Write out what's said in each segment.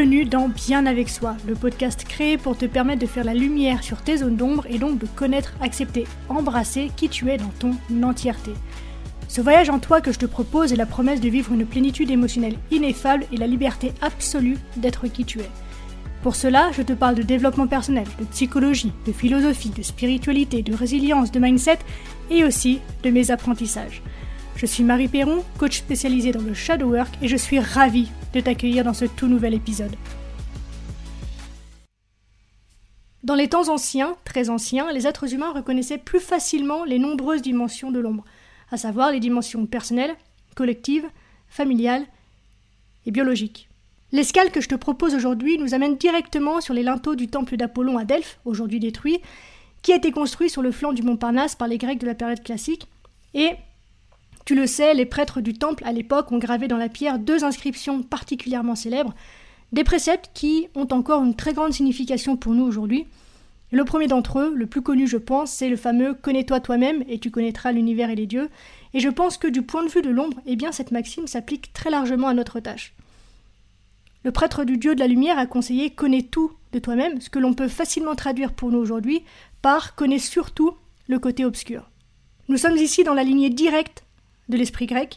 Bienvenue dans Bien avec soi, le podcast créé pour te permettre de faire la lumière sur tes zones d'ombre et donc de connaître, accepter, embrasser qui tu es dans ton entièreté. Ce voyage en toi que je te propose est la promesse de vivre une plénitude émotionnelle ineffable et la liberté absolue d'être qui tu es. Pour cela, je te parle de développement personnel, de psychologie, de philosophie, de spiritualité, de résilience, de mindset et aussi de mes apprentissages. Je suis Marie Perron, coach spécialisée dans le shadow work et je suis ravie de t'accueillir dans ce tout nouvel épisode. Dans les temps anciens, très anciens, les êtres humains reconnaissaient plus facilement les nombreuses dimensions de l'ombre, à savoir les dimensions personnelles, collectives, familiales et biologiques. L'escale que je te propose aujourd'hui nous amène directement sur les linteaux du temple d'Apollon à Delphes, aujourd'hui détruit, qui a été construit sur le flanc du mont Parnasse par les Grecs de la période classique. Et, tu le sais, les prêtres du temple à l'époque ont gravé dans la pierre deux inscriptions particulièrement célèbres, des préceptes qui ont encore une très grande signification pour nous aujourd'hui. Le premier d'entre eux, le plus connu je pense, c'est le fameux « Connais-toi toi-même et tu connaîtras l'univers et les dieux ». Et je pense que du point de vue de l'ombre, cette maxime s'applique très largement à notre tâche. Le prêtre du dieu de la lumière a conseillé « Connais tout de toi-même », ce que l'on peut facilement traduire pour nous aujourd'hui par « Connais surtout le côté obscur ». Nous sommes ici dans la lignée directe de l'esprit grec.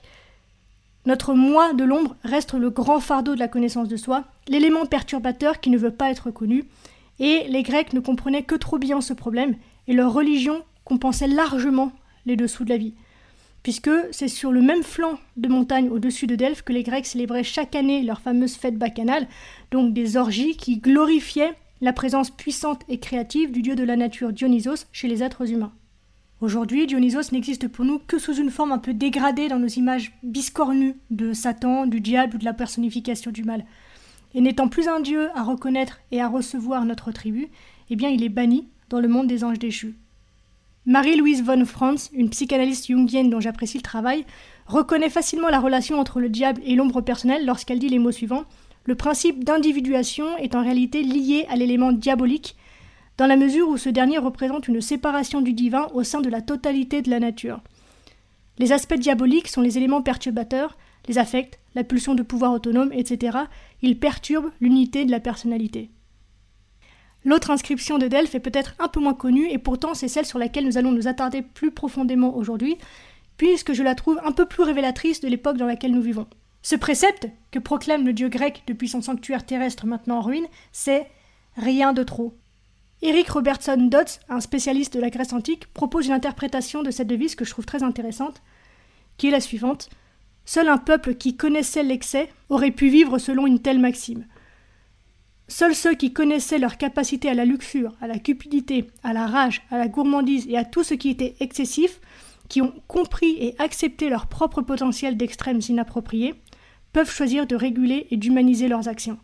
Notre moi de l'ombre reste le grand fardeau de la connaissance de soi, l'élément perturbateur qui ne veut pas être connu, et les Grecs ne comprenaient que trop bien ce problème, et leur religion compensait largement les dessous de la vie. Puisque c'est sur le même flanc de montagne au-dessus de Delphes que les Grecs célébraient chaque année leur fameuse fête bacchanale, donc des orgies qui glorifiaient la présence puissante et créative du dieu de la nature Dionysos chez les êtres humains. Aujourd'hui, Dionysos n'existe pour nous que sous une forme un peu dégradée dans nos images biscornues de Satan, du diable ou de la personnification du mal. Et n'étant plus un dieu à reconnaître et à recevoir notre tribu, il est banni dans le monde des anges déchus. Marie-Louise von Franz, une psychanalyste jungienne dont j'apprécie le travail, reconnaît facilement la relation entre le diable et l'ombre personnelle lorsqu'elle dit les mots suivants. Le principe d'individuation est en réalité lié à l'élément diabolique, dans la mesure où ce dernier représente une séparation du divin au sein de la totalité de la nature. Les aspects diaboliques sont les éléments perturbateurs, les affects, la pulsion de pouvoir autonome, etc. Ils perturbent l'unité de la personnalité. L'autre inscription de Delphes est peut-être un peu moins connue et pourtant c'est celle sur laquelle nous allons nous attarder plus profondément aujourd'hui, puisque je la trouve un peu plus révélatrice de l'époque dans laquelle nous vivons. Ce précepte, que proclame le dieu grec depuis son sanctuaire terrestre maintenant en ruine, c'est « rien de trop ». Eric Robertson Dodds, un spécialiste de la Grèce antique, propose une interprétation de cette devise que je trouve très intéressante, qui est la suivante. Seul un peuple qui connaissait l'excès aurait pu vivre selon une telle maxime. Seuls ceux qui connaissaient leur capacité à la luxure, à la cupidité, à la rage, à la gourmandise et à tout ce qui était excessif, qui ont compris et accepté leur propre potentiel d'extrêmes inappropriés, peuvent choisir de réguler et d'humaniser leurs actions.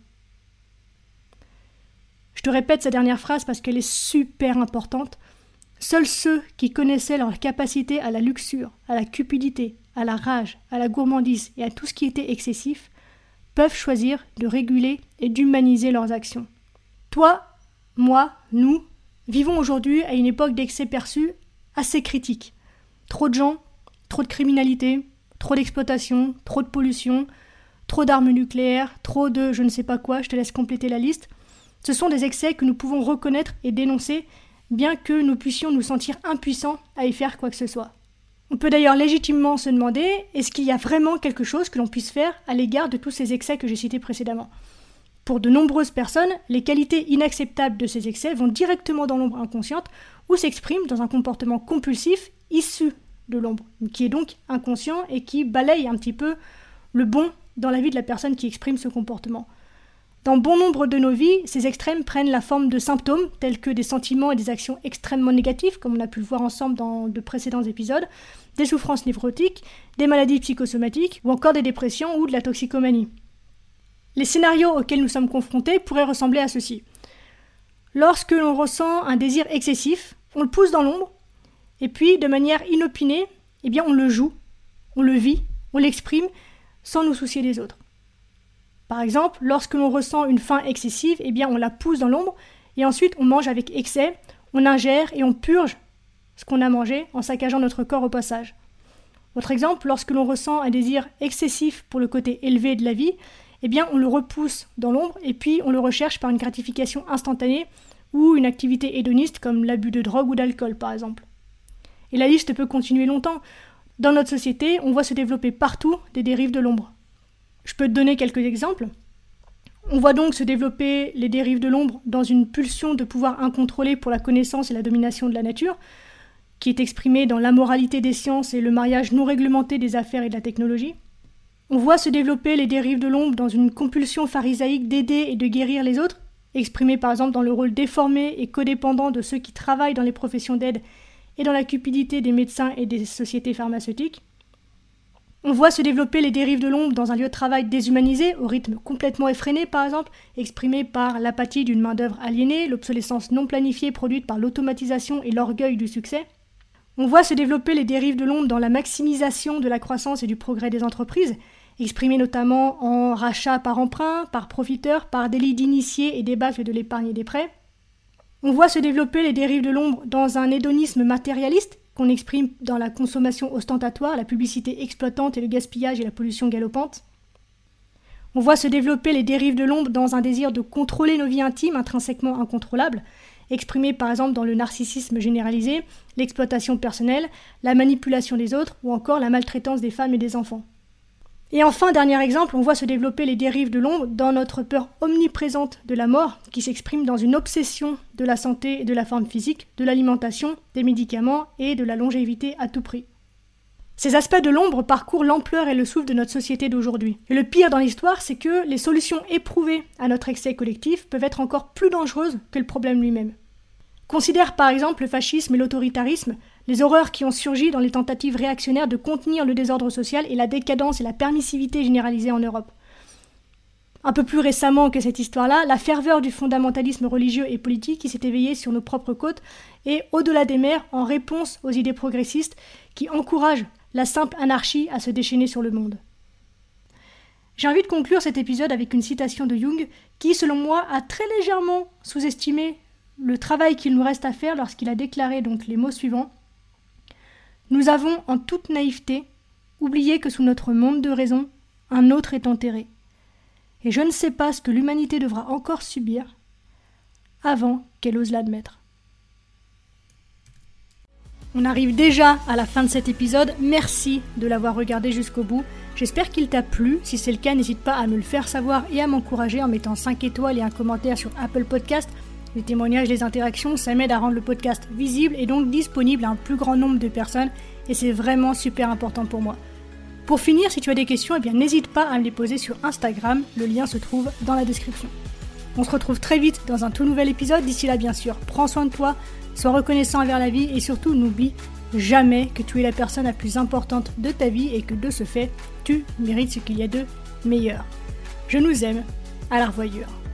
Je te répète cette dernière phrase parce qu'elle est super importante. Seuls ceux qui connaissaient leur capacité à la luxure, à la cupidité, à la rage, à la gourmandise et à tout ce qui était excessif peuvent choisir de réguler et d'humaniser leurs actions. Toi, moi, nous, vivons aujourd'hui à une époque d'excès perçus assez critique. Trop de gens, trop de criminalité, trop d'exploitation, trop de pollution, trop d'armes nucléaires, trop de je ne sais pas quoi, je te laisse compléter la liste. Ce sont des excès que nous pouvons reconnaître et dénoncer, bien que nous puissions nous sentir impuissants à y faire quoi que ce soit. On peut d'ailleurs légitimement se demander, est-ce qu'il y a vraiment quelque chose que l'on puisse faire à l'égard de tous ces excès que j'ai cités précédemment ? Pour de nombreuses personnes, les qualités inacceptables de ces excès vont directement dans l'ombre inconsciente ou s'expriment dans un comportement compulsif issu de l'ombre, qui est donc inconscient et qui balaye un petit peu le bon dans la vie de la personne qui exprime ce comportement. Dans bon nombre de nos vies, ces extrêmes prennent la forme de symptômes tels que des sentiments et des actions extrêmement négatifs, comme on a pu le voir ensemble dans de précédents épisodes, des souffrances névrotiques, des maladies psychosomatiques ou encore des dépressions ou de la toxicomanie. Les scénarios auxquels nous sommes confrontés pourraient ressembler à ceci. Lorsque l'on ressent un désir excessif, on le pousse dans l'ombre, et puis de manière inopinée, on le joue, on le vit, on l'exprime, sans nous soucier des autres. Par exemple, lorsque l'on ressent une faim excessive, on la pousse dans l'ombre et ensuite on mange avec excès, on ingère et on purge ce qu'on a mangé en saccageant notre corps au passage. Autre exemple, lorsque l'on ressent un désir excessif pour le côté élevé de la vie, eh bien on le repousse dans l'ombre et puis on le recherche par une gratification instantanée ou une activité hédoniste comme l'abus de drogue ou d'alcool par exemple. Et la liste peut continuer longtemps. Dans notre société, on voit se développer partout des dérives de l'ombre. Je peux te donner quelques exemples. On voit donc se développer les dérives de l'ombre dans une pulsion de pouvoir incontrôlé pour la connaissance et la domination de la nature, qui est exprimée dans l'immoralité des sciences et le mariage non réglementé des affaires et de la technologie. On voit se développer les dérives de l'ombre dans une compulsion pharisaïque d'aider et de guérir les autres, exprimée par exemple dans le rôle déformé et codépendant de ceux qui travaillent dans les professions d'aide et dans la cupidité des médecins et des sociétés pharmaceutiques. On voit se développer les dérives de l'ombre dans un lieu de travail déshumanisé, au rythme complètement effréné par exemple, exprimé par l'apathie d'une main-d'œuvre aliénée, l'obsolescence non planifiée produite par l'automatisation et l'orgueil du succès. On voit se développer les dérives de l'ombre dans la maximisation de la croissance et du progrès des entreprises, exprimées notamment en rachat par emprunt, par profiteur, par délit d'initié et débâcle de l'épargne et des prêts. On voit se développer les dérives de l'ombre dans un hédonisme matérialiste qu'on exprime dans la consommation ostentatoire, la publicité exploitante et le gaspillage et la pollution galopante. On voit se développer les dérives de l'ombre dans un désir de contrôler nos vies intimes intrinsèquement incontrôlables, exprimé par exemple dans le narcissisme généralisé, l'exploitation personnelle, la manipulation des autres ou encore la maltraitance des femmes et des enfants. Et enfin, dernier exemple, on voit se développer les dérives de l'ombre dans notre peur omniprésente de la mort, qui s'exprime dans une obsession de la santé et de la forme physique, de l'alimentation, des médicaments et de la longévité à tout prix. Ces aspects de l'ombre parcourent l'ampleur et le souffle de notre société d'aujourd'hui. Et le pire dans l'histoire, c'est que les solutions éprouvées à notre excès collectif peuvent être encore plus dangereuses que le problème lui-même. Considère par exemple le fascisme et l'autoritarisme, les horreurs qui ont surgi dans les tentatives réactionnaires de contenir le désordre social et la décadence et la permissivité généralisée en Europe. Un peu plus récemment que cette histoire-là, la ferveur du fondamentalisme religieux et politique qui s'est éveillée sur nos propres côtes et au-delà des mers en réponse aux idées progressistes qui encouragent la simple anarchie à se déchaîner sur le monde. J'ai envie de conclure cet épisode avec une citation de Jung qui, selon moi, a très légèrement sous-estimé le travail qu'il nous reste à faire lorsqu'il a déclaré donc les mots suivants. « Nous avons, en toute naïveté, oublié que sous notre monde de raison, un autre est enterré. Et je ne sais pas ce que l'humanité devra encore subir avant qu'elle ose l'admettre. » On arrive déjà à la fin de cet épisode. Merci de l'avoir regardé jusqu'au bout. J'espère qu'il t'a plu. Si c'est le cas, n'hésite pas à me le faire savoir et à m'encourager en mettant 5 étoiles et un commentaire sur Apple Podcast. Les témoignages, les interactions, ça m'aide à rendre le podcast visible et donc disponible à un plus grand nombre de personnes et c'est vraiment super important pour moi. Pour finir, si tu as des questions, eh bien n'hésite pas à me les poser sur Instagram, le lien se trouve dans la description. On se retrouve très vite dans un tout nouvel épisode. D'ici là, bien sûr, prends soin de toi, sois reconnaissant envers la vie et surtout n'oublie jamais que tu es la personne la plus importante de ta vie et que de ce fait, tu mérites ce qu'il y a de meilleur. Je nous aime, à la revoyure.